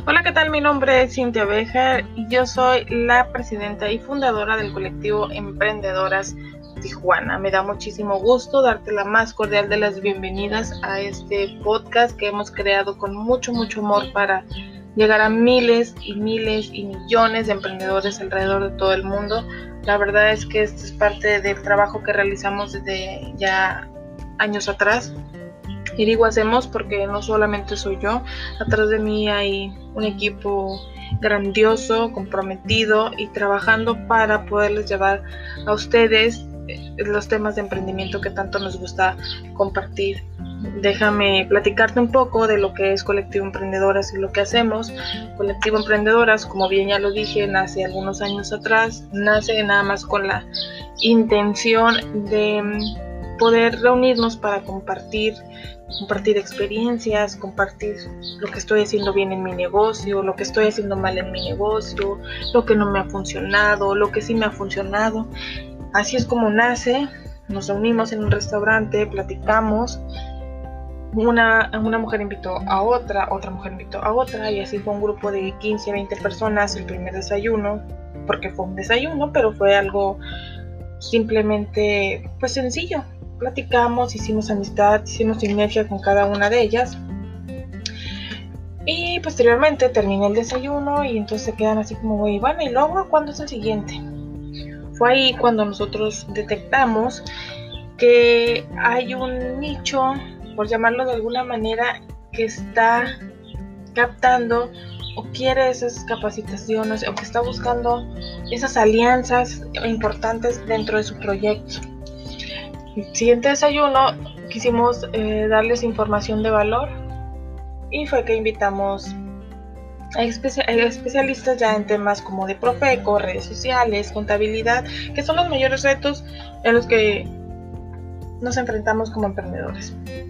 Hola, ¿qué tal? Mi nombre es Cintia Bejar y yo soy la presidenta y fundadora del colectivo Emprendedoras Tijuana. Me da muchísimo gusto darte la más cordial de las bienvenidas a este podcast que hemos creado con mucho amor para llegar a miles y millones de emprendedores alrededor de todo el mundo. La verdad es que esto es parte del trabajo que realizamos desde ya años atrás. Y digo hacemos porque no solamente soy yo, atrás de mí hay un equipo grandioso, comprometido y trabajando para poderles llevar a ustedes los temas de emprendimiento que tanto nos gusta compartir. Déjame platicarte un poco de lo que es Colectivo Emprendedoras y lo que hacemos. Colectivo Emprendedoras, como bien ya lo dije, nace algunos años atrás, nace nada más con la intención de poder reunirnos para compartir experiencias, compartir lo que estoy haciendo bien en mi negocio, lo que estoy haciendo mal en mi negocio, lo que no me ha funcionado, lo que sí me ha funcionado. Así es como nace. Nos reunimos en un restaurante, platicamos, una mujer invitó a otra mujer invitó a otra, y así fue un grupo de 15 a 20 personas el primer desayuno, porque fue un desayuno, pero fue algo simplemente pues sencillo. Platicamos, hicimos amistad, hicimos sinergia con cada una de ellas y posteriormente terminé el desayuno y entonces se quedan así como muy bueno, y luego ¿cuándo es el siguiente? Fue ahí cuando nosotros detectamos que hay un nicho, por llamarlo de alguna manera, que está captando o quiere esas capacitaciones o que está buscando esas alianzas importantes dentro de su proyecto. El siguiente desayuno quisimos darles información de valor y fue que invitamos a especialistas ya en temas como de Profeco, redes sociales, contabilidad, que son los mayores retos en los que nos enfrentamos como emprendedores.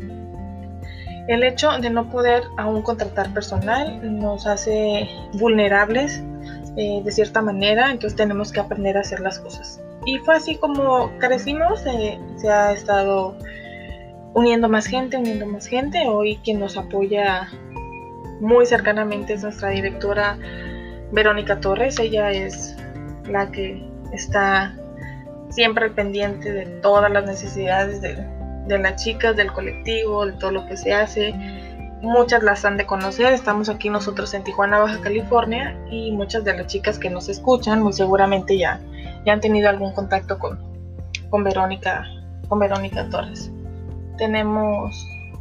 El hecho de no poder aún contratar personal nos hace vulnerables de cierta manera, entonces tenemos que aprender a hacer las cosas. Y fue así como crecimos, se ha estado uniendo más gente. Hoy quien nos apoya muy cercanamente es nuestra directora Verónica Torres. Ella es la que está siempre al pendiente de todas las necesidades de las chicas, del colectivo, de todo lo que se hace. Muchas las han de conocer, estamos aquí nosotros en Tijuana, Baja California, y muchas de las chicas que nos escuchan muy seguramente ya han tenido algún contacto con Verónica Torres. Tenemos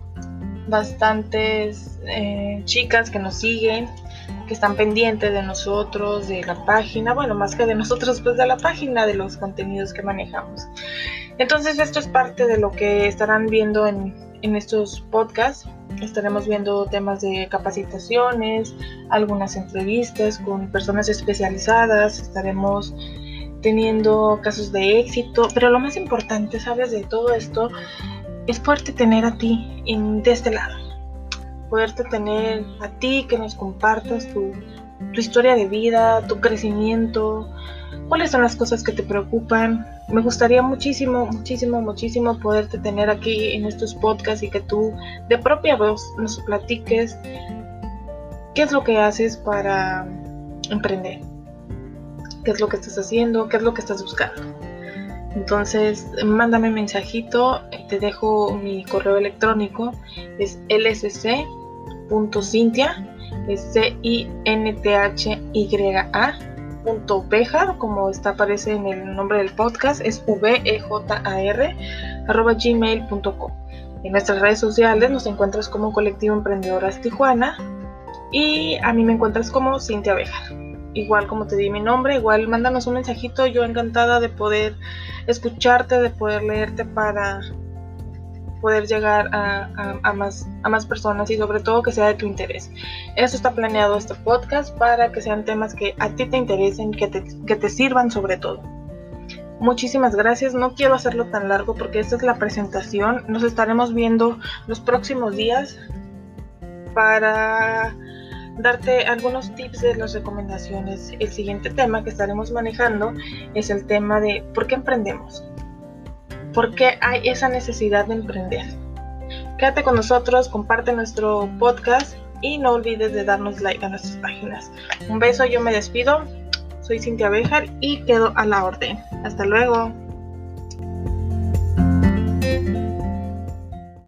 bastantes chicas que nos siguen, que están pendientes de nosotros, de la página, bueno, más que de nosotros, pues de la página, de los contenidos que manejamos. Entonces esto es parte de lo que estarán viendo en estos podcasts. Estaremos viendo temas de capacitaciones, algunas entrevistas con personas especializadas, estaremos teniendo casos de éxito, pero lo más importante, ¿sabes? De todo esto es poderte tener a ti de este lado, poderte tener a ti que nos compartas tu historia de vida, tu crecimiento, cuáles son las cosas que te preocupan. Me gustaría muchísimo poderte tener aquí en estos podcasts y que tú de propia voz nos platiques qué es lo que haces para emprender, qué es lo que estás haciendo, qué es lo que estás buscando. Entonces, mándame un mensajito, te dejo mi correo electrónico, es lsc.cintia, es CINTHYA, como aparece en el nombre del podcast, es vejar, @gmail.com. En nuestras redes sociales nos encuentras como Colectivo Emprendedoras Tijuana y a mí me encuentras como Cintia Bejar. Igual como te di mi nombre, igual mándanos un mensajito, yo encantada de poder escucharte, de poder leerte para poder llegar a más personas y sobre todo que sea de tu interés. Eso está planeado este podcast para que sean temas que a ti te interesen, que te sirvan sobre todo. Muchísimas gracias, no quiero hacerlo tan largo porque esta es la presentación. Nos estaremos viendo los próximos días para darte algunos tips de las recomendaciones. El siguiente tema que estaremos manejando es el tema de ¿por qué emprendemos? ¿Por qué hay esa necesidad de emprender? Quédate con nosotros, comparte nuestro podcast y no olvides de darnos like a nuestras páginas. Un beso, yo me despido. Soy Cintia Bejar y quedo a la orden. Hasta luego.